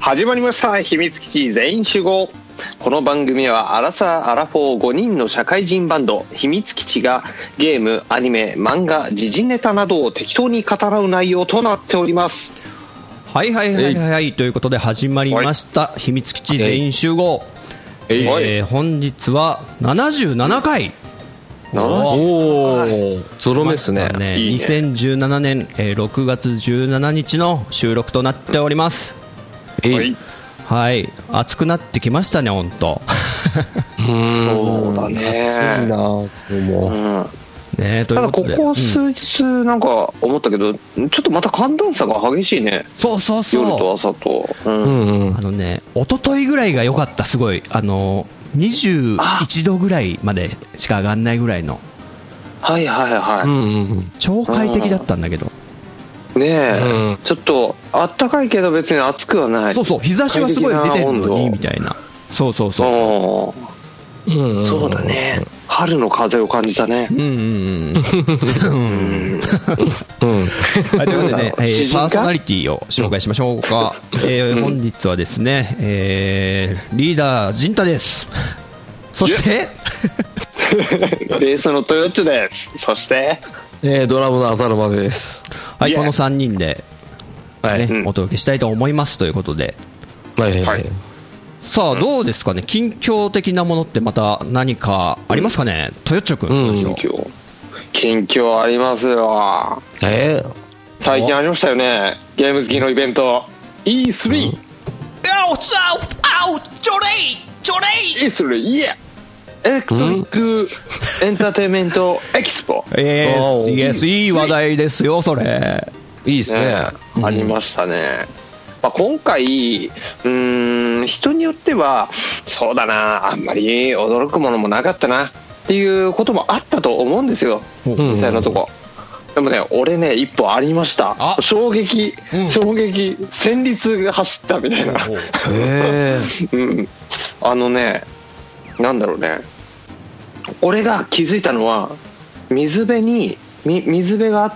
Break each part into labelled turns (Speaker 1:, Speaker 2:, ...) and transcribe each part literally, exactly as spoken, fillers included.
Speaker 1: 始まりました。秘密基地全員集合。この番組はアラサー・アラフォーごにんの社会人バンド秘密基地がゲーム、アニメ、漫画、時事ネタなどを適当に語らう内容となっております。
Speaker 2: はいはいはいはい、はい、ということで始まりました、はい、秘密基地全員集合、えーえー、本日はななじゅうななかい。
Speaker 1: おお、
Speaker 3: ゾロ目ですね。
Speaker 2: ね、にせんじゅうななねん、えー、ろくがつじゅうしちにちの収録となっております。はい、はい、暑くなってきましたね、本当。
Speaker 1: そうだね。
Speaker 3: 暑いな、もう。うん
Speaker 2: ね、ということで
Speaker 1: ただここ数日なんか思ったけど、うん、ちょっとまた寒暖差が激しいね。
Speaker 2: そうそうそう、
Speaker 1: 夜と朝と、うん
Speaker 2: うんうん、あのね、一昨日ぐらいが良かった。すごいあのにじゅういちどぐらいまでしか上がんないぐらいの、
Speaker 1: はいはいはい、うんうん、
Speaker 2: 超快適だったんだけど、
Speaker 1: ねえ、うん、ちょっとあったかいけど別に暑くはない。
Speaker 2: そうそう、日差しはすごい出てるのにみたいな。そうそうそう、
Speaker 1: うん、そうだね、春の風を感じたね。うんうん
Speaker 2: うんということでね、えー、パーソナリティを紹介しましょうか。えー、本日はですね、えー、リーダー陣太です。そして
Speaker 1: ベースのトヨッチョです。そして、
Speaker 3: えー、ドラムの浅沼です。
Speaker 2: はい、このさんにんで、ね、はい、お届けしたいと思いますということで、
Speaker 3: はいはいはい、
Speaker 2: さあどうですかね、近況的なものってまた何かありますかね、トヨッチョ君、うん、
Speaker 1: 近況近況ありますよ。
Speaker 3: えー、
Speaker 1: 最近ありましたよね、ゲーム好きのイベント イースリー、うん、
Speaker 2: あおつあおあおちょれいちょれい
Speaker 1: イースリー イエエレクトリックエンターテインメントエキスポ。
Speaker 2: えー、イエス、いい話題ですよそれ。
Speaker 3: いいですね、
Speaker 1: ね、うん、ありましたね。まあ、今回うーん人によってはそうだな、あんまり驚くものもなかったなっていうこともあったと思うんですよ、実際のとこ。でもね、俺ね一歩ありました。衝撃、うん、衝撃戦慄が走ったみたいな。へー、うん、あのね、なんだろうね、俺が気づいたのは水辺に水辺があって、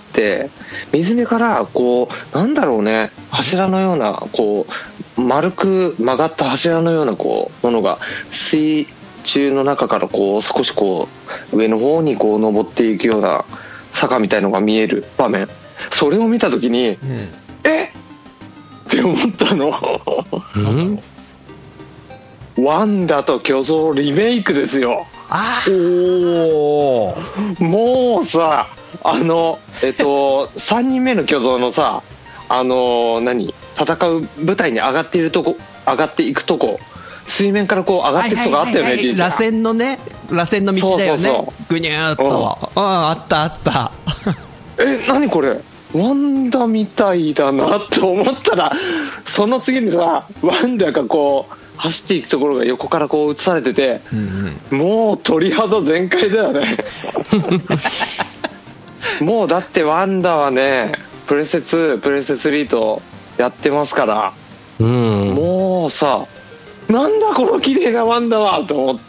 Speaker 1: 水辺からこうなんだろうね、柱のようなこう丸く曲がった柱のようなこうものが水中の中からこう少しこう上の方にこう登っていくような坂みたいのが見える場面、それを見た時に、うん、えっって思ったの。うんワンダと巨像リメイクですよ。
Speaker 2: あ
Speaker 1: おもうさ、あのえっとさんにんめの巨像のさ、あの何戦う舞台に上がっているとこ、上がっていくとこ、水面からこう上がっていくとこあったよね、
Speaker 2: はいはいはいはい、螺旋のね、螺旋の道だよね。そうそうそう、ぐにゅーっと、うん、ああったあった
Speaker 1: え、何これワンダみたいだなと思ったら、その次にさ、ワンダがこう走っていくところが横からこう映されてて、うんうん、もう鳥肌全開だよね。もうだってワンダはね、プレステツー、プレステスリーとやってますから、うん、もうさ、なんだこの綺麗なワンダはと思って。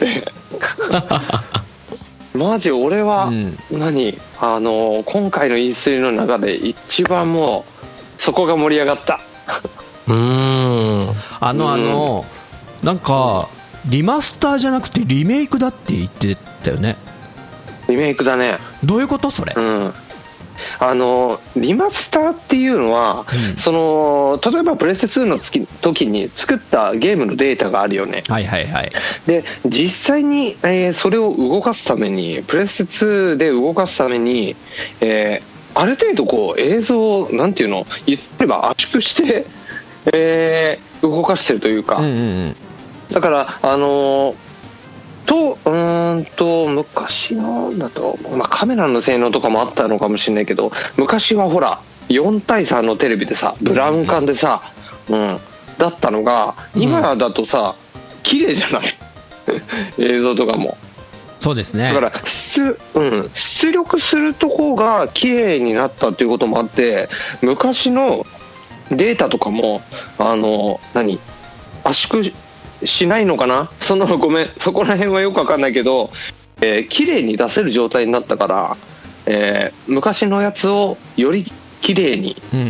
Speaker 1: マジ俺は、うん、何あの今回の イースリー の中で一番もうそこが盛り上がった。
Speaker 2: うーん、あのあの、うん、なんかリマスターじゃなくてリメイクだって言ってたよね。
Speaker 1: リメイクだね。
Speaker 2: どういうことそれ。
Speaker 1: うん、あのリマスターっていうのは、うん、その例えばプレステツーの時に作ったゲームのデータがあるよね。
Speaker 2: はいはいはい。
Speaker 1: で実際に、えー、それを動かすために、プレステツーで動かすために、えー、ある程度こう映像をなんていうの言ってれば圧縮して、えー、動かしてるというか、うんうんうん、だからあのーとうーんと昔のだと、まあ、カメラの性能とかもあったのかもしれないけど、昔はほらよんたいさんのテレビでさ、ブラウン管でさ、うん、だったのが今だとさ、綺麗じゃない映像とかも。
Speaker 2: そうですね。
Speaker 1: だから出、うん、出力するとこが綺麗になったっていうこともあって、昔のデータとかもあの何圧縮しないのかな、そのごめんそこら辺はよく分かんないけど、えー、綺麗に出せる状態になったから、えー、昔のやつをより綺麗に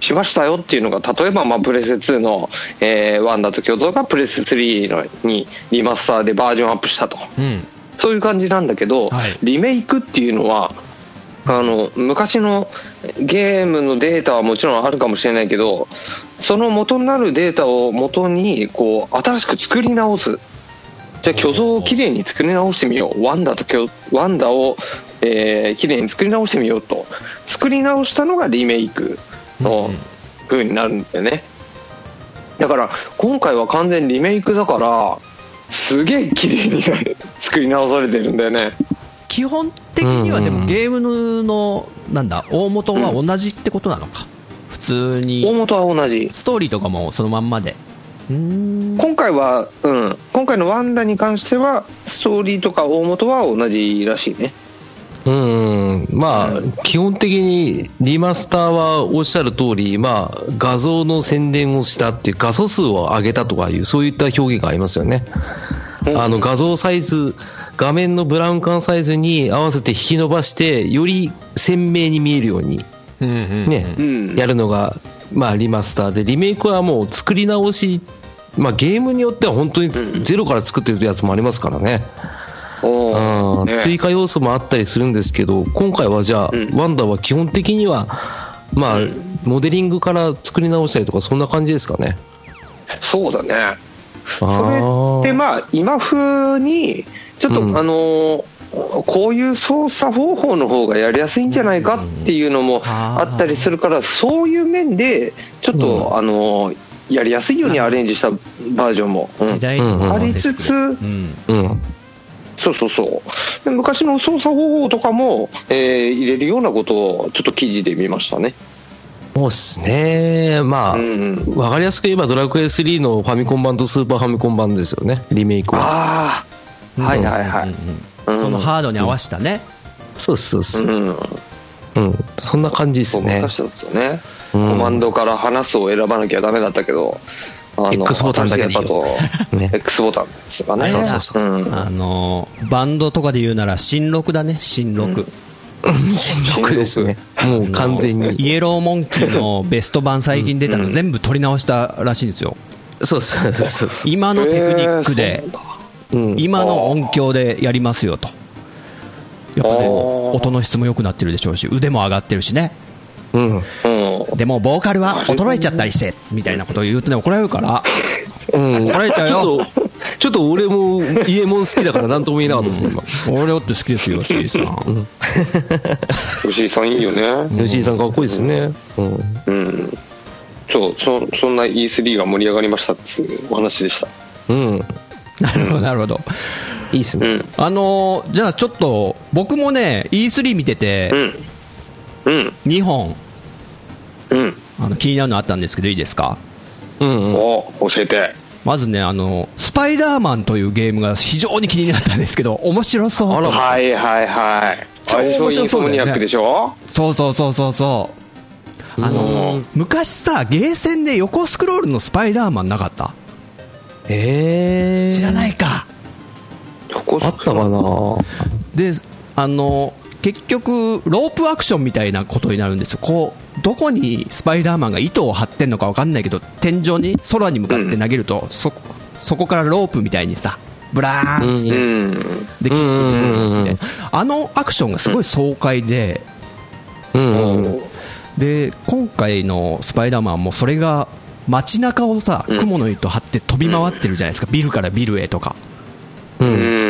Speaker 1: しましたよっていうのが、例えばまあプレステツーの、えー、ワンダと共同がプレステスリーのにリマスターでバージョンアップしたと、うん、そういう感じなんだけど、はい、リメイクっていうのはあの昔のゲームのデータはもちろんあるかもしれないけど、その元になるデータを元にこう新しく作り直す。じゃあ虚像をきれいに作り直してみよう、ワンダとワンダを、えー、きれいに作り直してみようと作り直したのがリメイクの風になるんだよね。だから今回は完全にリメイクだからすげえ綺麗に作り直されてるんだよね。
Speaker 2: 基本的にはでもゲームのなんだ大元は同じってことなのか、うん、普通に
Speaker 1: 大元は同じ、
Speaker 2: ストーリーとかもそのまんまで。うーん
Speaker 1: 今回は、うん、今回のワンダに関してはストーリーとか大元は同じらしいね。
Speaker 3: うんまあ、うん、基本的にリマスターはおっしゃる通り、まあ、画像の宣伝をしたっていう画素数を上げたとかいうそういった表現がありますよね、うん、あの画像サイズ画面のブラウン管サイズに合わせて引き伸ばしてより鮮明に見えるように、ねうん、やるのが、まあ、リマスターで、リメイクはもう作り直し、まあ、ゲームによっては本当にゼロから作ってるやつもありますからね、うんね、追加要素もあったりするんですけど、今回はじゃあ、うん、ワンダは基本的には、まあ、うん、モデリングから作り直したりとかそんな感じですかね。
Speaker 1: そうだね。それってまあ今風にちょっと、うん、あのこういう操作方法の方がやりやすいんじゃないかっていうのもあったりするから、そういう面でちょっと、うん、あのやりやすいようにアレンジしたバージョンも、うん、
Speaker 2: 時代に
Speaker 1: ありつつ、うんうんそうそうそうで昔の操作方法とかも、えー、入れるようなことをちょっと記事で見ましたね。
Speaker 3: そうですね。まあ、うん、分かりやすく言えばドラクエスリーのファミコン版とスーパーファミコン版ですよね、リメイクは。
Speaker 1: ああ、はいはいはい、
Speaker 2: うん、そのハードに合わせたね、
Speaker 3: うん、そうそうそう、うんうん、そんな感じですね。
Speaker 1: 昔だとね、うん、コマンドから話すを選ばなきゃダメだったけどあの
Speaker 3: X ボタンだけでいいよ、
Speaker 1: ね、X ボタンですかね。
Speaker 3: そうそうそう、うん、
Speaker 2: あのバンドとかで言うなら新録だね、新録、
Speaker 3: うん、新録ですね。もう完全に
Speaker 2: イエローモンキーのベスト版最近出たの全部取り直したらしいんですよ。
Speaker 3: そうそうそうそう、
Speaker 2: 今のテクニックで、えー、今の音響でやりますよと。やっぱね音の質も良くなってるでしょうし腕も上がってるしね、うん、でもボーカルは衰えちゃったりしてみたいなことを言うとね怒られるから、うん、怒られちゃうよ。
Speaker 3: ちょっとちょっと俺もイエモン好きだから何とも言えなかったですね、
Speaker 2: うん、俺だって好きですよ吉井さん
Speaker 1: 吉井さんいいよね。
Speaker 3: 吉井さんかっこいいですね、うん、うん、
Speaker 1: そう そ, そんな イースリー が盛り上がりましたっていうお話でした。
Speaker 2: うんなるほどなるほど、
Speaker 3: いいっすね、うん、
Speaker 2: あのー、じゃあちょっと僕もね イースリー 見てて、うんうん、にほん、うん、あの気になるのあったんですけどいいですか。
Speaker 1: うんうん、お教えて。
Speaker 2: まずねあのスパイダーマンというゲームが非常に気になったんですけど面白そう。
Speaker 1: あらはいはいはい超面白そうだよね。
Speaker 2: そうそうそうそうそう、あのー、昔さゲーセンで横スクロールのスパイダーマンなかった？
Speaker 3: えー、
Speaker 2: 知らないか。
Speaker 3: あったかな。
Speaker 2: であの結局ロープアクションみたいなことになるんですよ。こうどこにスパイダーマンが糸を張ってんのか分かんないけど天井に空に向かって投げると、うん、そ, そこからロープみたいにさブラーンって、うん、で切ってくるみたいな、あのアクションがすごい爽快で、うんうん、で今回のスパイダーマンもそれが街中をさ雲の糸張って飛び回ってるじゃないですか、ビルからビルへとか、うん、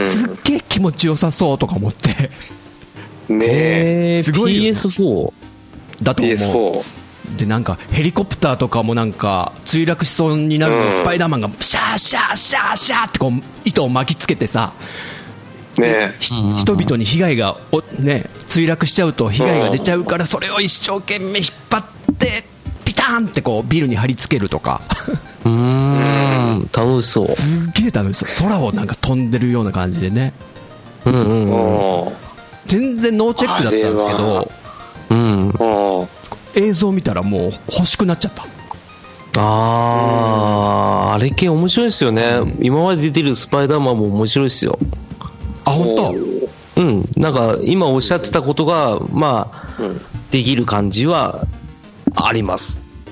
Speaker 2: すっげえ気持ちよさそうとか思って
Speaker 3: ねえ、すごい ピーエスフォー
Speaker 2: だと思う。でなんかヘリコプターとかもなんか墜落しそうになるのをスパイダーマンがシャーシャーシャーシャーってこう糸を巻きつけてさ、ね、人々に被害がお、ね、墜落しちゃうと被害が出ちゃうからそれを一生懸命引っ張ってピターンってこうビルに貼り付けるとか
Speaker 3: うーん楽しそう。
Speaker 2: すげえ楽しそう。空をなんか飛んでるような感じでね、うんうんうん、全然ノーチェックだったんですけど、うん、映像見たらもう欲しくなっちゃった。
Speaker 3: あー、あれ系面白いですよね、うん、今まで出てるスパイダーマンも面白いですよ。
Speaker 2: あ、本
Speaker 3: 当？うん、なんか今おっしゃってたことがまあ、うん、できる感じはあります。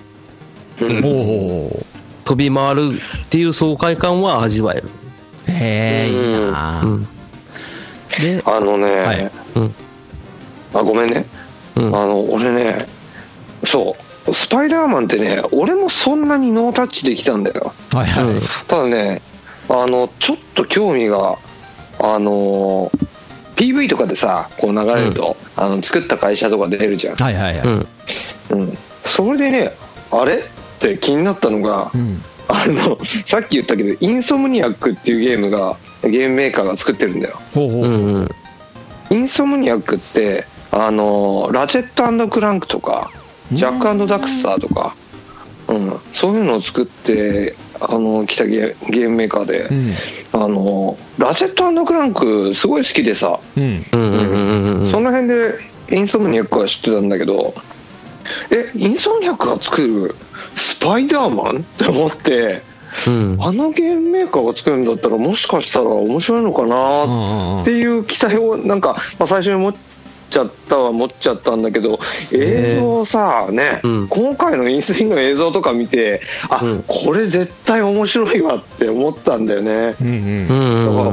Speaker 1: うん
Speaker 2: お
Speaker 3: 飛び回るっていう爽快感は味わえる。
Speaker 2: へえ、いいな、
Speaker 3: うん
Speaker 2: で、
Speaker 1: あのね、
Speaker 2: はい
Speaker 3: うん
Speaker 1: あごめんね、
Speaker 3: うん
Speaker 1: あの俺ね、そうスパイダーマンってね、俺もそんなにノータッチできたんだよ。
Speaker 2: はいはい、
Speaker 3: うん
Speaker 1: ただね、あのちょっと興味が、あの ピーブイ とかでさこう流れると、うん、あの作った会社とか出るじゃん。
Speaker 2: はいはいはい、
Speaker 3: うん
Speaker 1: うん、それでね、あれって気になったのが、うん、あのさっき言ったけどインソムニアックっていうゲームがゲームメーカーが作ってるんだよ。
Speaker 2: ほうほう、うんうん、
Speaker 1: インソムニアックってあのラチェット&クランクとかジャック&ダクスターとか、うん、そういうのを作ってあの来たゲ, ゲームメーカーで、うん、あのラチェット&クランクすごい好きでさ、うんうんうん、その辺でインソムニアックは知ってたんだけど、えインソムニアックが作るスパイダーマンって思って、うん、あのゲームメーカーが作るんだったらもしかしたら面白いのかなっていう期待をなんか、まあ、最初に持っちゃったは持っちゃったんだけど、映像さね、うん、今回のインスリーの映像とか見て、あ、うん、これ絶対面白いわって思ったんだよね、うんうん、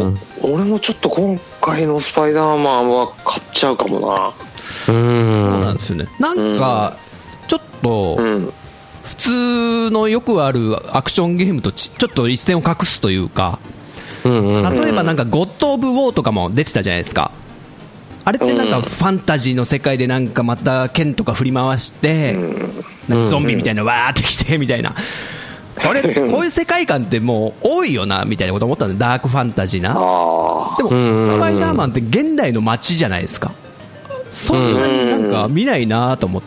Speaker 1: だから俺もちょっと今回のスパイダーマンは買っちゃうかもな。
Speaker 2: うん、そうなんですよね。なんかちょっと、うん普通のよくあるアクションゲームとちょっと一線を画すというか、例えばなんかゴッド・オブ・ウォーとかも出てたじゃないですか。あれってなんかファンタジーの世界でなんかまた剣とか振り回してなんかゾンビみたいなわーってきてみたいな、これこういう世界観ってもう多いよなみたいなこと思ったんで、ダークファンタジーな。でもスパイダーマンって現代の街じゃないですか。そんなになんか見ないなと思って、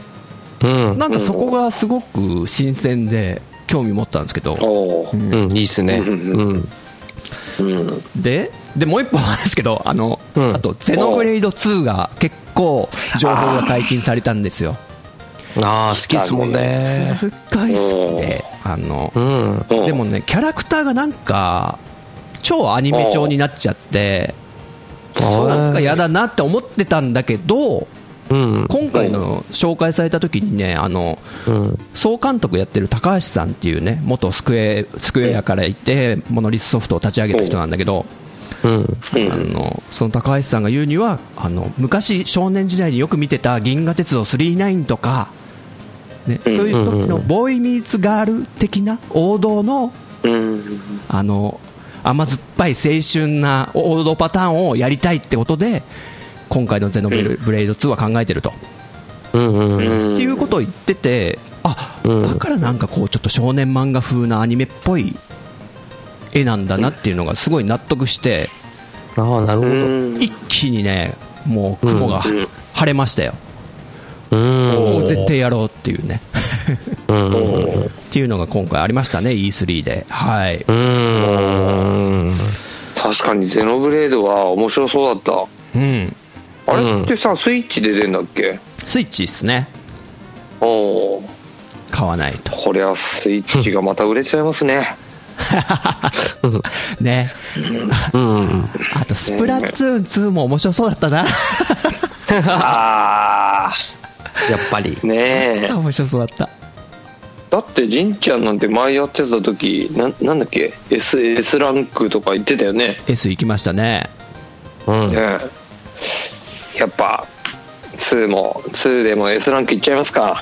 Speaker 2: うん、なんかそこがすごく新鮮で興味持ったんですけど、
Speaker 3: うんうん、いいっすね、うん
Speaker 2: うん、で, でもう一本あるんですけど、あの、うん、あとゼノブレイドツーが結構情報が解禁されたんですよ。
Speaker 3: ああ好きっすもんね。
Speaker 2: すっごい好きで、あの、うん、でもねキャラクターがなんか超アニメ調になっちゃってなんか嫌だなって思ってたんだけど、うん、今回の紹介された時にね、あの、うん、総監督やってる高橋さんっていうね、元スクエスクエアからいてモノリスソフトを立ち上げた人なんだけど、うん、あのその高橋さんが言うには、あの昔少年時代によく見てた銀河鉄道スリーナインとか、ね、そういう時のボーイミーツガール的な王道の、あの甘酸っぱい青春な王道パターンをやりたいってことで今回のゼノブレイドツーは考えてると、うんうん、っていうことを言ってて、あ、だからなんかこうちょっと少年漫画風なアニメっぽい絵なんだなっていうのがすごい納得して、
Speaker 3: ああなるほど、
Speaker 2: 一気にねもう雲が晴れましたよ。うん、絶対やろうっていうねうんっていうのが今回ありましたね イースリー で、はい、
Speaker 1: うん確かにゼノブレイドは面白そうだった。うんあれってさ、うん、スイッチで出るんだっけ？
Speaker 2: スイッチっすね。
Speaker 1: おお
Speaker 2: 買わないと。
Speaker 1: こりゃスイッチがまた売れちゃいますね
Speaker 2: ね、うん、あとスプラトゥーンツーも面白そうだったな
Speaker 1: あ
Speaker 3: やっぱり
Speaker 2: ねえ面白そうだった。
Speaker 1: だってジンちゃんなんて前やってた時 な, なんだっけ S, S ランクとか言ってたよね。
Speaker 2: S 行きましたね。
Speaker 1: うんねやっぱツーもツーでも S ランクいっちゃいますか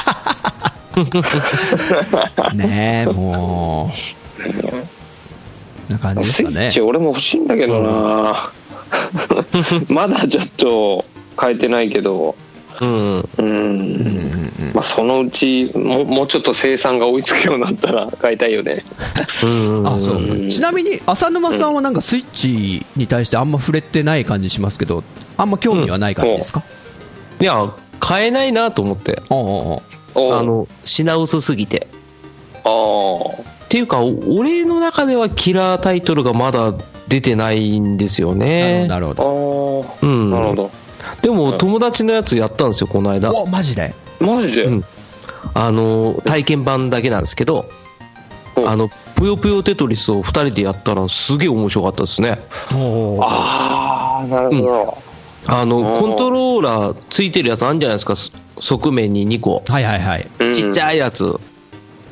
Speaker 2: ねえもうな感じですかね。
Speaker 1: スイッチ俺も欲しいんだけどな、うん、まだちょっと変えてないけど、うんうんうんまあ、そのうち も, もうちょっと生産が追いつくようになったら買いたいよね
Speaker 2: うんあそう、うん、ちなみに浅沼さんはなんかスイッチに対してあんま触れてない感じしますけど、あんま興味はない感じですか？
Speaker 3: うん、いや買えないなと思って、おうおうおうあの品薄すぎて、あっていうか俺の中ではキラータイトルがまだ出てないんですよね。
Speaker 2: なるほど、
Speaker 1: うん、なるほど。
Speaker 3: でも友達のやつやったんですよこの間。
Speaker 2: おマジで
Speaker 1: マジで、うん、
Speaker 3: あの体験版だけなんですけど、あのぷよぷよテトリスをふたりでやったらすげえ面白かったですね。
Speaker 1: ああなるほど、
Speaker 3: うん、あのコントローラーついてるやつあるんじゃないですか、側面ににこ、
Speaker 2: はいはいはい、
Speaker 3: ちっちゃいやつ、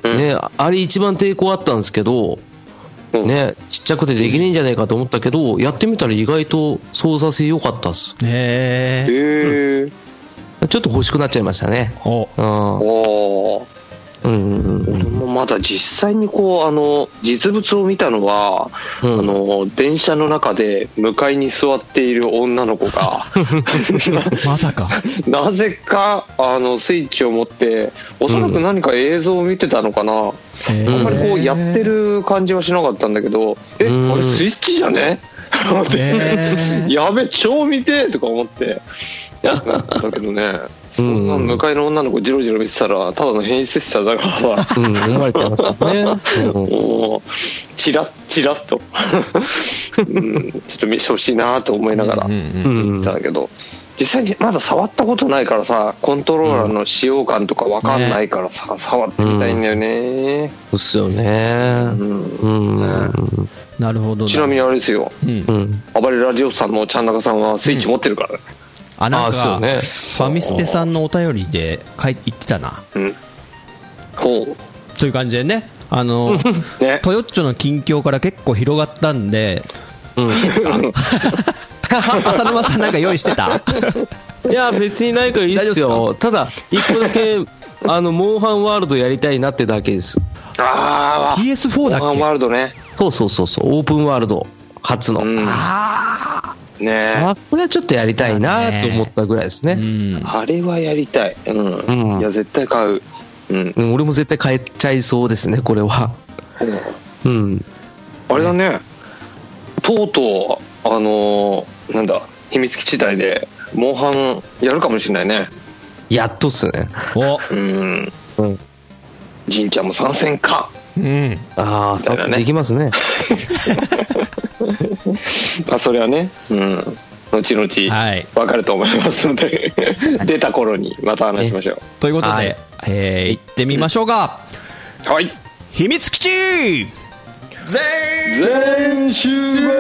Speaker 3: ね、あれ一番抵抗あったんですけど、
Speaker 1: うん
Speaker 3: ね、ちっちゃくてできねえんじゃないかと思ったけど、やってみたら意外と操作性良かったっす。
Speaker 2: へえ。
Speaker 1: へえ。
Speaker 3: ちょっと欲しくなっちゃいましたね。
Speaker 2: お
Speaker 3: うん
Speaker 1: おー。
Speaker 3: うんうんうん
Speaker 1: 俺もまだ実際にこうあの実物を見たのは、
Speaker 3: うん
Speaker 1: あの電車の中で向かいに座っている女の子が
Speaker 2: まさか。
Speaker 1: なぜかあのスイッチを持っておそらく何か映像を見てたのかな、
Speaker 2: へ
Speaker 1: あ
Speaker 2: ー
Speaker 1: んまりこうやってる感じはしなかったんだけど、え
Speaker 3: うん
Speaker 1: あれスイッチじゃね
Speaker 2: へー
Speaker 1: やべ超見てとか思ってだけどね、そんな向かいの女の子ジロジロ見てたらただの変質者だからさ、
Speaker 3: うん、思われてますからね。うん
Speaker 1: もうチラッチラッと、うん、ちょっと見せてほしいなと思いながら
Speaker 2: うんうん
Speaker 3: うん
Speaker 1: 見たんだけど、実際にまだ触ったことないからさ、コントローラーの使用感とか分かんないからさ、触ってみたいんだよね、
Speaker 3: そうっすよね。
Speaker 1: うん
Speaker 3: うん。
Speaker 2: なるほど。
Speaker 1: ちなみにあれですよ、
Speaker 2: うん
Speaker 3: う。ん。
Speaker 1: 暴れラジオさんのちゃんなかさんはスイッチ持ってるからね、
Speaker 2: あ、なんか、
Speaker 3: あそうね
Speaker 2: ファミステさんのお便りで書い言ってたな。
Speaker 1: うん、ほう
Speaker 2: そういう感じでね、あの、
Speaker 1: ね
Speaker 2: トヨッチョの近況から結構広がったんで、
Speaker 3: うん。
Speaker 2: 浅沼さんなんか用意してた
Speaker 3: いや、別にないからいいっす
Speaker 2: 大丈
Speaker 3: よ。ただ、一個だけ、あの、モンハンワールドやりたいなってだけです。
Speaker 1: ああ
Speaker 2: ピーエスフォー だっ
Speaker 1: モンハン
Speaker 2: け。
Speaker 1: ワールドね、
Speaker 3: そうそうそうそう、オープンワールド初の。
Speaker 1: うん、ね
Speaker 2: あ
Speaker 3: あ、これはちょっとやりたいなと思ったぐらいです
Speaker 2: あ、う
Speaker 3: ね。
Speaker 2: ん。
Speaker 1: あれはやりたい、うん
Speaker 3: うん
Speaker 1: いや絶対買う、うん
Speaker 3: うん、俺も絶対買えちゃいそうですね、これは。うん。
Speaker 1: あれだね、とうとうあのーなんだ秘密基地内でモンハンやるかもしれないね、
Speaker 3: やっとっすね。
Speaker 2: お、
Speaker 1: うん
Speaker 3: うん。
Speaker 1: じんちゃんも参戦か、
Speaker 2: うん。
Speaker 3: ああ、
Speaker 1: みたいなね
Speaker 3: できますね。
Speaker 1: まあそれはね、うん後々
Speaker 2: はい。
Speaker 1: 分かると思いますので出た頃にまた話しましょう、
Speaker 2: ということで、
Speaker 3: はい
Speaker 2: えー行ってみましょうか。
Speaker 1: はい
Speaker 2: 秘密基地
Speaker 1: 全集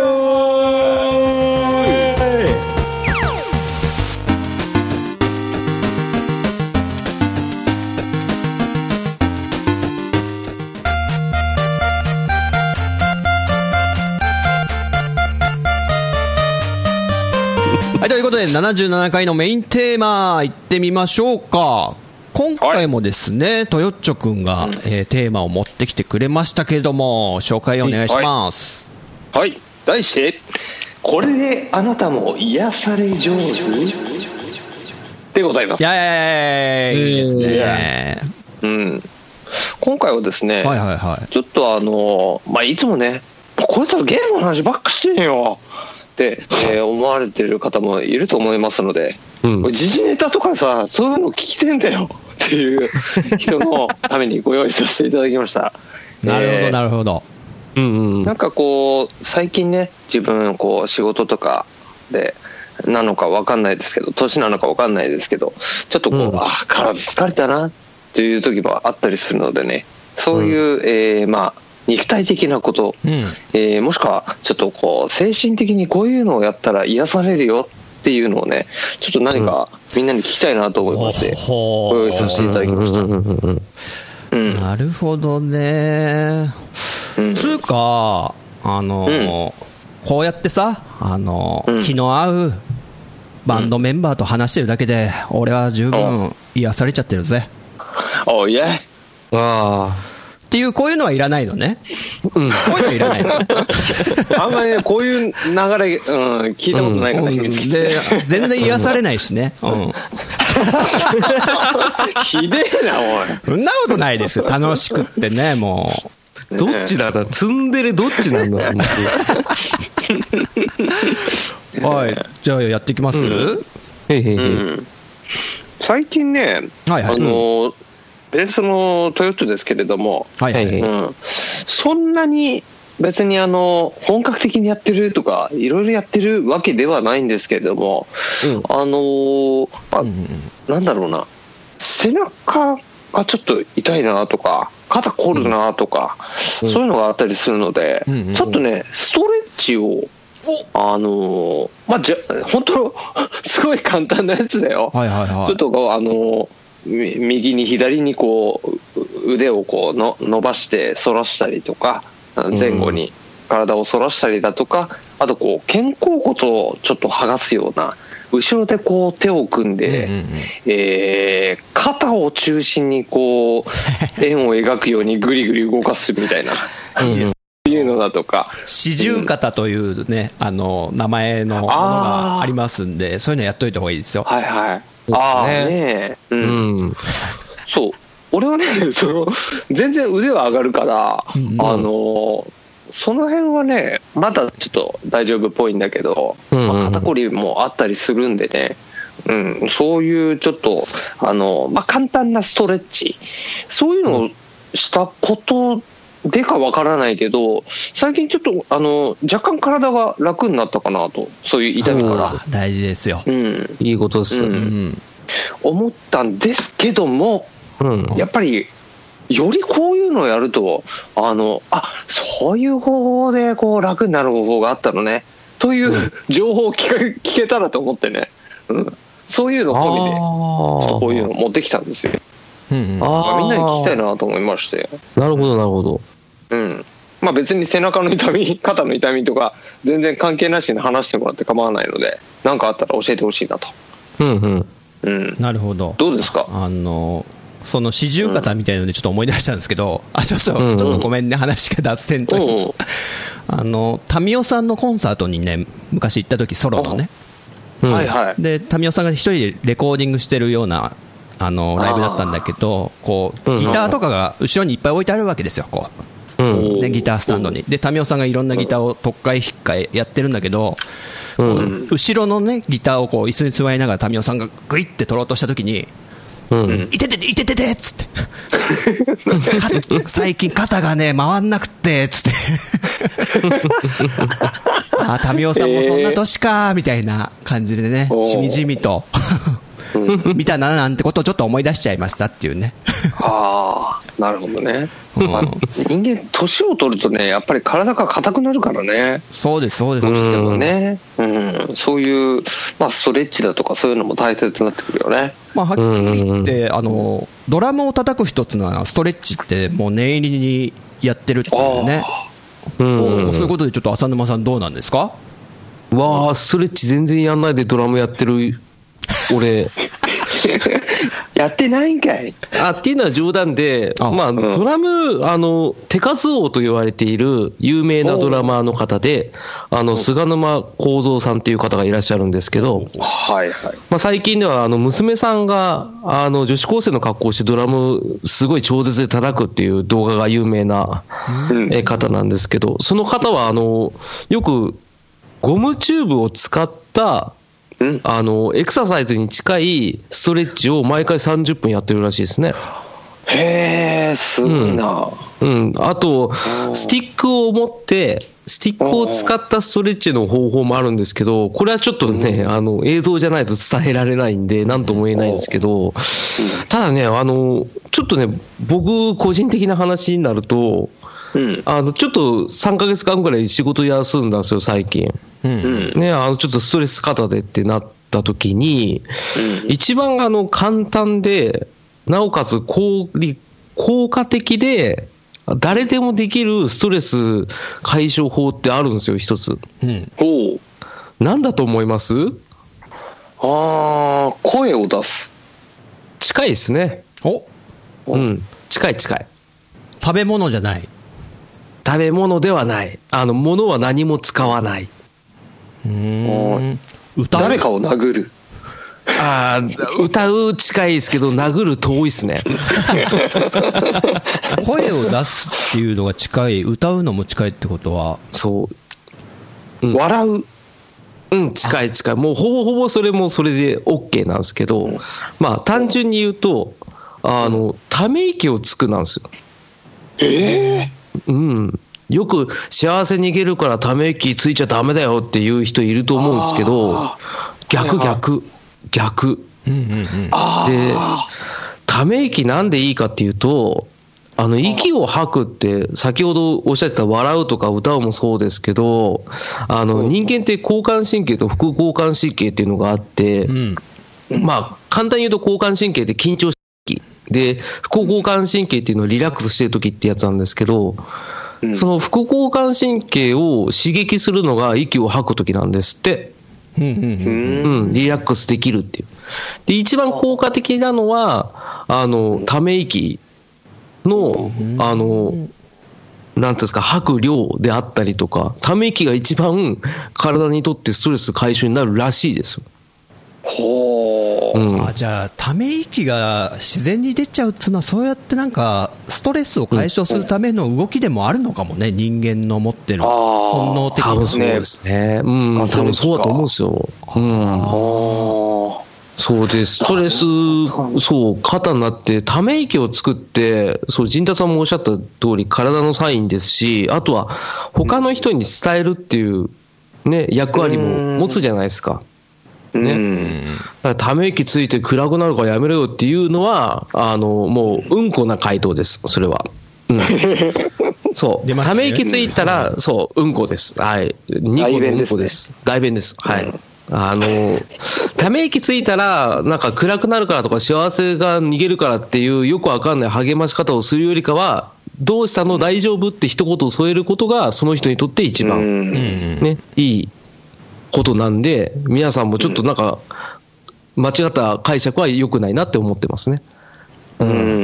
Speaker 2: はい、ということでななじゅうななかいのメインテーマ行ってみましょうか。今回もですね、トヨッチョくんが、えーテーマを持ってきてくれましたけれども、紹介お願いします。
Speaker 1: はい題してこれであなたも癒され上手でございます、
Speaker 2: やーいいですね。
Speaker 1: うん、今回はですね、
Speaker 2: はいはいはい。
Speaker 1: ちょっとあのまあいつもねこいつらゲームの話ばっかしてんよって、えー思われてる方もいると思いますので、
Speaker 3: うん
Speaker 1: これ時事ネタとかさそういうの聞きてんだよっていう人のためにご用意させていただきました
Speaker 2: なるほど
Speaker 1: えー
Speaker 2: なるほど。
Speaker 3: うんうん
Speaker 1: なんかこう最近ね自分こう仕事とかでなのか分かんないですけど年なのか分かんないですけどちょっとこう、
Speaker 3: うん
Speaker 1: あ体疲れたなっていう時もあったりするのでねそういう、えーまあ肉体的なこと、
Speaker 2: うん。
Speaker 1: えーもしくはちょっとこう精神的にこういうのをやったら癒されるよっていうのをねちょっと何かみんなに聞きたいなと思いまして、
Speaker 2: ほ
Speaker 1: ご用意させていただきました、
Speaker 3: うんうんうんうん
Speaker 1: うん
Speaker 2: なるほどね。
Speaker 1: うん
Speaker 2: つうか、あのーこうやってさ、あのー
Speaker 1: うん
Speaker 2: 気の合うバンドメンバーと話してるだけで、俺は十分癒されちゃってるぜ。
Speaker 1: おいえ
Speaker 3: あ
Speaker 2: っていう、こういうのはいらないのね。
Speaker 3: あ、うん。
Speaker 2: こういうのはいらないの。
Speaker 1: あんまりねこういう流れ、うん、聞いたことないから、
Speaker 2: うん
Speaker 1: 秘密
Speaker 2: で、全然癒されないしね。うん。
Speaker 1: ひでえなおい
Speaker 2: そんなことないですよ。楽しくってね、も
Speaker 3: どっちだな、ツンデレどっちなんだ、その
Speaker 2: う。はい。じゃあやっていきます、
Speaker 3: へいへいへい。
Speaker 1: うん最近ね、
Speaker 2: はいはい
Speaker 1: あのベースのトヨッチョですけれども、
Speaker 2: はいはい。
Speaker 3: はい
Speaker 1: うん、そんなに別にあの本格的にやってるとかいろいろやってるわけではないんですけれども、
Speaker 3: うん
Speaker 1: あのーまあ
Speaker 2: うんうん
Speaker 1: なんだろうな背中がちょっと痛いなとか肩凝るなとか、
Speaker 3: うん
Speaker 1: そういうのがあったりするので、
Speaker 2: うんうん
Speaker 1: ちょっとねストレッチをあのーまあじゃ本当すごい簡単なやつだよ、
Speaker 2: はいはいはい。
Speaker 1: ちょっとこうあのみ右に左にこう腕をこうの伸ばして反らしたりとか、前後に体を反らしたりだとか、あとこう肩甲骨をちょっと剥がすような、後ろでこう手を組んで、うんうんうん、えー、肩を中心にこう円を描くようにぐりぐり動かすみたいなっていうのだとか、
Speaker 2: 四十肩というね、うん、あの名前のものがありますんで、そういうのやっといた方がいいですよ。
Speaker 1: はいはい。ああね、うん、うん、そう俺はねその全然腕は上がるから、うんうん、あのその辺はねまだちょっと大丈夫っぽいんだけど、うんうん、まあ、肩こりもあったりするんでね、うん、そういうちょっとあの、まあ、簡単なストレッチ、そういうのをしたことでかわからないけど、最近ちょっとあの若干体が楽になったかなと、そういう痛みから。
Speaker 2: 大事ですよ、
Speaker 3: うん、いいことです、うんうん、
Speaker 1: 思ったんですけども、うん、やっぱりよりこういうのをやると、あのあそういう方法でこう楽になる方法があったのねという情報を聞け、聞けたらと思ってね、うん、そういうの込みでこういうのを持ってきたんですよ。うんうん、あみんなに聞きたいなと思いまして。
Speaker 3: なるほどなるほど。
Speaker 1: うん、まあ別に背中の痛み、肩の痛みとか全然関係なしに話してもらって構わないので、何かあったら教えてほしいなと。うんうん
Speaker 2: うん、なるほど。
Speaker 1: どうですか。
Speaker 2: あのその四十肩みたいなのでちょっと思い出したんですけど、うん、あちょっと、うんうん、ちょっとごめんね、話が脱線という、うんうん、あの民生さんのコンサートにね昔行った時、ソロのね、うん、はいはい、で民生さんが一人でレコーディングしてるようなあのライブだったんだけど、こうギターとかが後ろにいっぱい置いてあるわけですよ、こう、うんね、ギタースタンドに。で民生さんがいろんなギターを特会引っかえやってるんだけど、うん、後ろのねギターをこう椅子に座りながら民生さんがグイッて取ろうとした時に、うん、いててていてててっつって最近肩がね回んなくってっつってあ民生さんもそんな年かみたいな感じでね、しみじみと見たななんてことをちょっと思い出しちゃいましたっていうね
Speaker 1: ああなるほどね、うん、まあ、人間年を取るとねやっぱり体が硬くなるからね。
Speaker 2: そうですそうです、
Speaker 1: どうしてもね、うん、そういう、まあ、ストレッチだとかそういうのも大切になってくるよね。
Speaker 2: まあ、はっきり言ってあのドラムを叩く人っていうのはストレッチってもう念入りにやってるっていうね。うん、そういうことでちょっと浅沼さんどうなんですか。
Speaker 3: わあストレッチ全然やんないでドラムやってる俺
Speaker 1: やってないんかい。
Speaker 3: あっていうのは冗談で、あ、まあ、うん、ドラムあの手数王と言われている有名なドラマーの方で、あの菅沼幸三さんっていう方がいらっしゃるんですけど、
Speaker 1: はいはい、
Speaker 3: まあ、最近ではあの娘さんがあの女子高生の格好をしてドラムすごい超絶で叩くっていう動画が有名な方なんですけど、その方はあのよくゴムチューブを使ったあのエクササイズに近いストレッチを毎回さんじゅっぷんやってるらしいですね。
Speaker 1: へーすごいな、
Speaker 3: うんうん、あとスティックを持ってスティックを使ったストレッチの方法もあるんですけど、これはちょっとねあの映像じゃないと伝えられないんで何とも言えないんですけど、ただねあのちょっとね僕個人的な話になると、うん、あのちょっとさんかげつかんぐらい仕事休んだんですよ最近、うんね、あのちょっとストレス肩でってなった時に、うん、一番あの簡単でなおかつ効効果的で誰でもできるストレス解消法ってあるんですよ一つ、うん、おなんだと思います？
Speaker 1: あー声を出す。
Speaker 3: 近いですね。お、うん、近い近い。
Speaker 2: 食べ物じゃない。
Speaker 3: 食べ物ではない。あの物は何も使わない。
Speaker 2: うーん
Speaker 1: 歌う誰かを殴る。
Speaker 3: あ歌う近いですけど殴る遠いですね
Speaker 2: 声を出すっていうのが近い、歌うのも近いってことは
Speaker 3: そう、
Speaker 1: うん、笑う、
Speaker 3: うん近い近い、もうほぼほぼそれもそれで OK なんですけど、まあ単純に言うとあのため息をつくなんですよ。
Speaker 1: え
Speaker 3: ー、うんよく幸せ逃げるからため息ついちゃダメだよっていう人いると思うんですけど、逆逆逆、うんうんうん、でため息なんでいいかっていうと、あの息を吐くって先ほどおっしゃってた笑うとか歌うもそうですけど、あの人間って交感神経と副交感神経っていうのがあって、うん、まあ簡単に言うと交感神経って緊張で、副交感神経っていうのをリラックスしてる時ってやつなんですけど、うん、その副交感神経を刺激するのが息を吐く時なんですって。うんうんうん、リラックスできるっていう。で、一番効果的なのは、あの、ため息の、あの、なんていうんですか、吐く量であったりとか、ため息が一番体にとってストレス解消になるらしいですよ。
Speaker 2: ほー、うん、あ、じゃあため息が自然に出ちゃうっていうのは、そうやってなんかストレスを解消するための動きでもあるのかもね、うん、人間の持ってる本能的な。
Speaker 3: 多分そうですね、うん、多分そうだと思うんですよ。うん、そうで、ストレス、そう、肩になって、ため息を作って、そう、陣田さんもおっしゃった通り、体のサインですし、あとは、他の人に伝えるっていう、ね、役割も持つじゃないですか。ね、うん、だからため息ついて暗くなるからやめろよっていうのは、あのもううんこな回答です、それは。うん、そう、ね、ため息ついたら、そう、うんこです。はい。にこのうんこです。大便です。はい。うん、あのため息ついたらなんか暗くなるからとか幸せが逃げるからっていうよくわかんない励まし方をするよりかは、どうしたの大丈夫って一言を添えることがその人にとって一番、ね、いいことなんで、皆さんもちょっとなんか間違った解釈は良くないなって思ってますね。うん、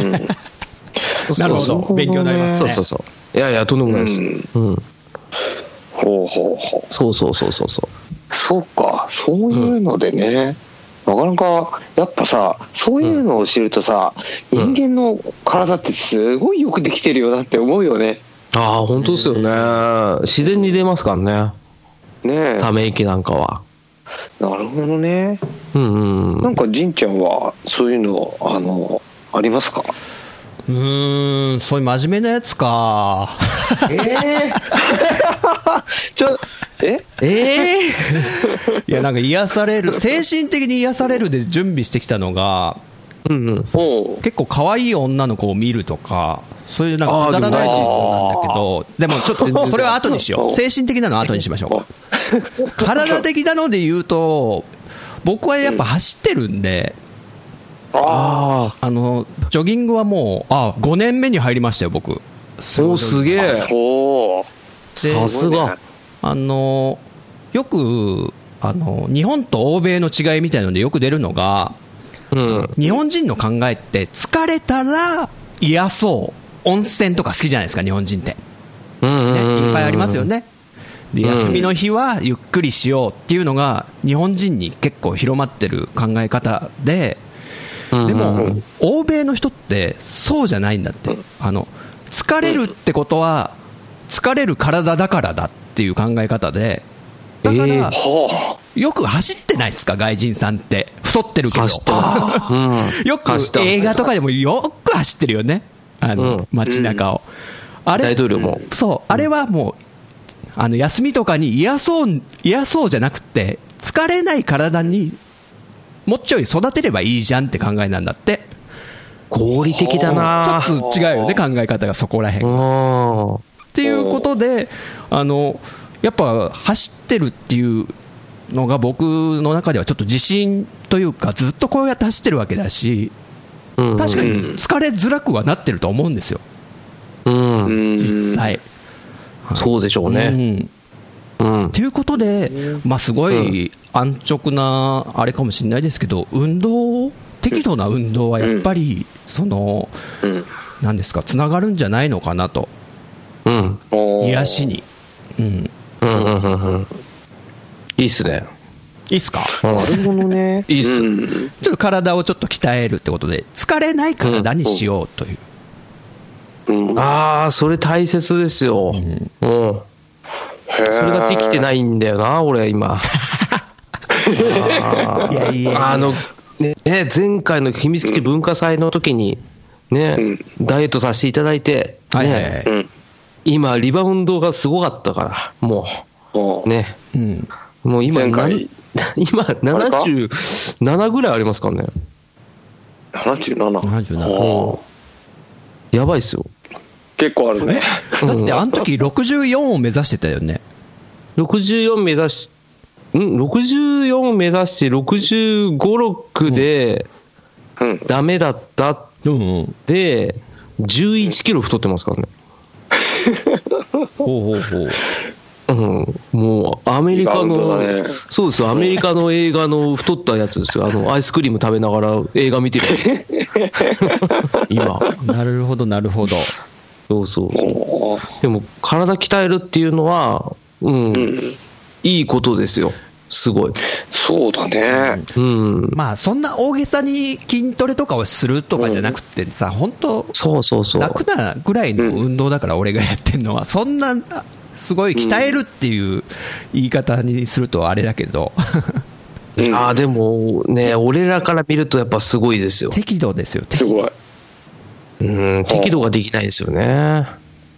Speaker 3: な
Speaker 2: るほど、勉強になりますね。
Speaker 3: そうそうそう、いやいやとんでもないです。うん、
Speaker 1: ほうほうほう、
Speaker 3: そうそうそうそうそう、
Speaker 1: そうか、そういうのでね、うん、なかなかやっぱさ、そういうのを知るとさ、うん、人間の体ってすごいよくできてるよなって思うよね。
Speaker 3: ああ、本当ですよね、うん、自然に出ますからね。ね、ため息なんかは。
Speaker 1: なるほどね。
Speaker 3: うんうん。
Speaker 1: なんか仁ちゃんはそういうのあのありますか？
Speaker 2: うーん、そういう真面目なやつか。えー、
Speaker 1: ちょえ
Speaker 2: えー、いやなんか癒される、精神的に癒されるで準備してきたのが、うんうん、結構可愛い女の子を見るとか、そういうなんかくだらない事項なんだけど、でもちょっとそれは後にしよう。精神的なのは後にしましょう。体的なので言うと、僕はやっぱ走ってるんで、ああのジョギングはもうあごねんめに入りましたよ、僕。
Speaker 3: お、すげえ。さすが。
Speaker 2: あのよくあの日本と欧米の違いみたいなのでよく出るのが、うん、日本人の考えって疲れたら癒そう、温泉とか好きじゃないですか、日本人って、ね、いっぱいありますよね。で、休みの日はゆっくりしようっていうのが日本人に結構広まってる考え方で、でも欧米の人ってそうじゃないんだって。あの疲れるってことは疲れる体だからだっていう考え方で、だから、えー、よく走ってないですか、外人さんって。太ってるけど、うん、よく映画とかでもよく走ってるよね、あの、うん、街中を、
Speaker 3: うん、あれ大統領も
Speaker 2: そう、あれはもうあの休みとかに癒そう癒そうじゃなくて、疲れない体にもうちょい育てればいいじゃんって考えなんだって。
Speaker 3: 合理的だな。
Speaker 2: ちょっと違うよね、考え方がそこらへんっていうことで、あのやっぱ走ってるっていうのが僕の中ではちょっと自信というか、ずっとこうやって走ってるわけだし、確かに疲れづらくはなってると思うんですよ、うん、実際。
Speaker 3: そうでしょうね。
Speaker 2: うん、うん、ということで、まあ、すごい安直なあれかもしれないですけど、運動、適度な運動はやっぱりその何ですか、つながるんじゃないのかなと、うん、癒しに、うんうんうんうんうん、
Speaker 3: いいっすね。
Speaker 2: いいっすか。
Speaker 1: なるほどね。
Speaker 3: いいっす、うん。
Speaker 2: ちょっと体をちょっと鍛えるってことで、疲れない体にしようという。
Speaker 3: うんうん、ああ、それ大切ですよ。うん。うん、それができてないんだよな、俺今。あいやいやあのね、前回の秘密基地文化祭の時にね、うん、ダイエットさせていただいて、ね、はいはいはい、うん、今リバウンドがすごかったからもうね、うん、もう今今ななじゅうななぐらいありますからね。
Speaker 1: ななじゅうなな、ななじゅうなな、
Speaker 3: やばいっすよ。
Speaker 1: 結構あるね。
Speaker 2: だってあの時ろくじゅうよんを目指してたよね。
Speaker 3: ろくじゅうよん目指しんろくじゅうよん目指してろくじゅうご、ろくでダメだったっ
Speaker 2: うんうん、
Speaker 3: でじゅういちキロ太ってますからね。
Speaker 2: ほうほうほう。
Speaker 3: うん、もうアメリカの、ね、そうですよ、アメリカの映画の太ったやつですよ。あのアイスクリーム食べながら映画見てる今。
Speaker 2: なるほどなるほど。
Speaker 3: そうそうそう。でも体鍛えるっていうのは、うん、うん、いいことですよ。すごい。
Speaker 1: そうだね。
Speaker 2: うん。まあそんな大げさに筋トレとかをするとかじゃなくてさ、本当
Speaker 3: そうそうそう。
Speaker 2: 楽なぐらいの運動だから、俺がやってんのはそんなすごい鍛えるっていう言い方にするとあれだけど。
Speaker 3: うん、ああでもね、俺らから見るとやっぱすごいですよ。
Speaker 2: 適度ですよ。
Speaker 1: すごい。
Speaker 3: うん、適度ができないですよね。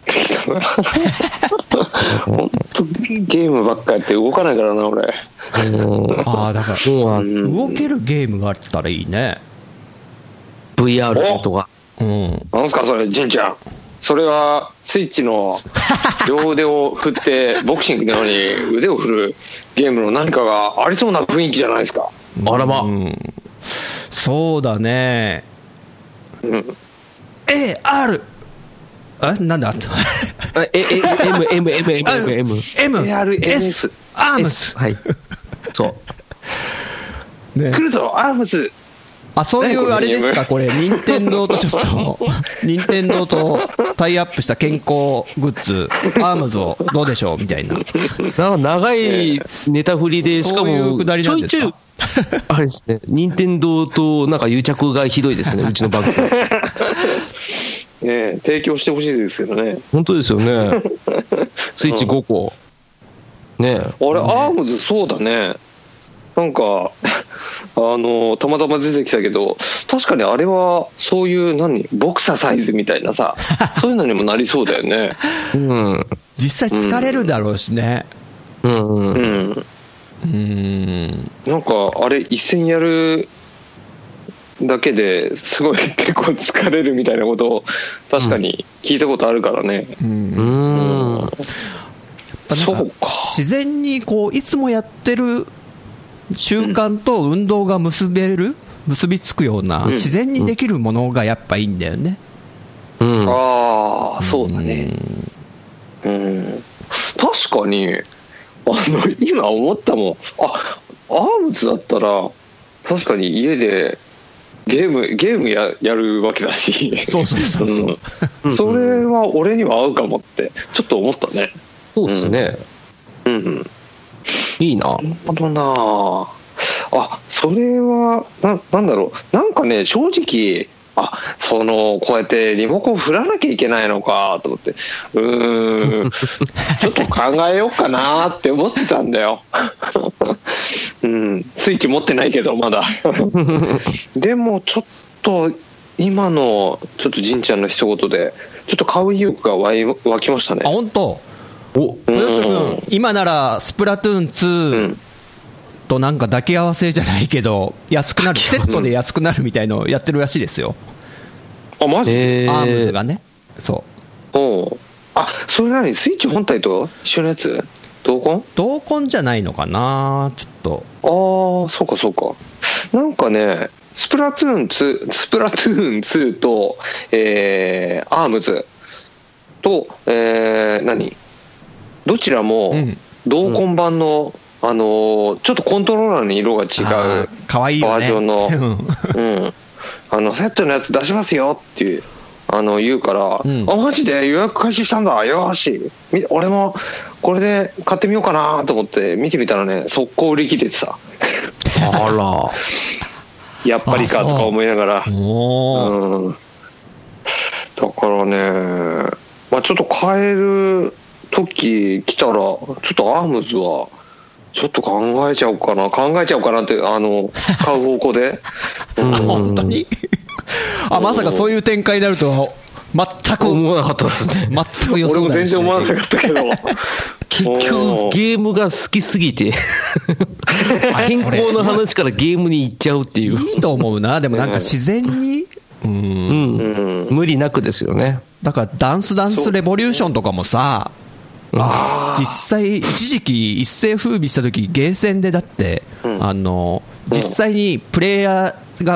Speaker 1: 本当ゲームばっかやって動かないからな俺。
Speaker 2: ああだから動けるゲームがあったらいいね。
Speaker 3: ブイアール とか。
Speaker 2: うん、
Speaker 1: なんすかそれ、じんちゃん。それはスイッチの両腕を振ってボクシングなのに腕を振るゲームの何かがありそうな雰囲気じゃないですか。
Speaker 3: あらま、うん、
Speaker 2: そうだね、うん、エーアール あなんだ
Speaker 3: ええ M M M M M M
Speaker 1: M S
Speaker 2: アームス、
Speaker 3: はい、そう、
Speaker 1: ね、来るぞアームス。
Speaker 2: あ、そういうあれですか、これ、任天堂とちょっと、任天堂とタイアップした健康グッズ、アームズをどうでしょうみたいな。
Speaker 3: なんか長いネタ振りで、しかもちょいちょい、あれですね、任天堂となんか癒着がひどいですね、うちのバッグ。
Speaker 1: ね、提供してほしいですけどね。
Speaker 3: 本当ですよね。スイッチごこ。ね、
Speaker 1: あれ、アームズ、そうだね。なんかあのたまたま出てきたけど、確かにあれはそういう何ボクササイズみたいなさそういうのにもなりそうだよね。
Speaker 2: うん、実際疲れるだろうしね。
Speaker 3: うんうんうん、
Speaker 2: うん、
Speaker 1: なんかあれ一戦やるだけですごい結構疲れるみたいなことを確かに聞いたことあるからね。うん、うんうん、そうか、
Speaker 2: 自然にこういつもやってる習慣と運動が結べる、結びつくような自然にできるものがやっぱいいんだよね。
Speaker 1: うん、ああそうだね。うん、うん、確かにあの今思ったもん。あアームズだったら確かに家でゲームゲーム や, やるわけだし、
Speaker 2: そうそうそうそう、
Speaker 1: うん、それは俺には合うかもってちょっと思ったね。
Speaker 3: そうですね。
Speaker 1: うん、うんうん
Speaker 3: いいな。
Speaker 1: なるほどなあ。それは な, なんだろう、なんかね正直あそのこうやってリモコン振らなきゃいけないのかと思って、うーんちょっと考えようかなって思ってたんだよ、うん、スイッチ持ってないけどまだでもちょっと今のちょっとじんちゃんの一言でちょっと買う意欲が湧い湧きましたね。
Speaker 2: あ本当。おトヨタ君今ならスプラトゥーンツーとなんか抱き合わせじゃないけど安くなる、セットで安くなるみたいのをやってるらしいですよ。
Speaker 1: あマジ、
Speaker 2: えー、アームズがね。そう
Speaker 1: おあそれ何スイッチ本体と一緒のやつ、同梱
Speaker 2: 同梱じゃないのかなちょっと。
Speaker 1: ああそうかそうか。なんかねスプラトゥーンツースプラトゥーンツーと、えー、アームズと、えー、何どちらも同梱版の、うん、あのー、ちょっとコントローラーの色が違う
Speaker 2: かわいいよね
Speaker 1: バージョンの、うん、あのセットのやつ出しますよっていうあの言うから、うん、あマジで予約開始したんだよし俺もこれで買ってみようかなと思って見てみたらね速攻売り切れてた
Speaker 3: あら
Speaker 1: やっぱりかとか思いながら、うん、だからね、まあ、ちょっと買える時来たらちょっとアームズはちょっと考えちゃおうかな考えちゃおうかなってあの買う方向で、
Speaker 2: うん、本当にあまさかそういう展開になるとは全く
Speaker 3: 思わなかったですね。
Speaker 2: 全く予想
Speaker 1: 俺も全然思わなかったけど
Speaker 3: 結局ゲームが好きすぎて健康の話からゲームに行っちゃうっていう。
Speaker 2: いいと思うな。でもなんか自然に、うん、
Speaker 3: うんうん、無理なくですよね。
Speaker 2: だからダンスダンスレボリューションとかもさ、実際一時期一世風靡した時ゲーセンでだって、うん、あの実際にプレイヤーが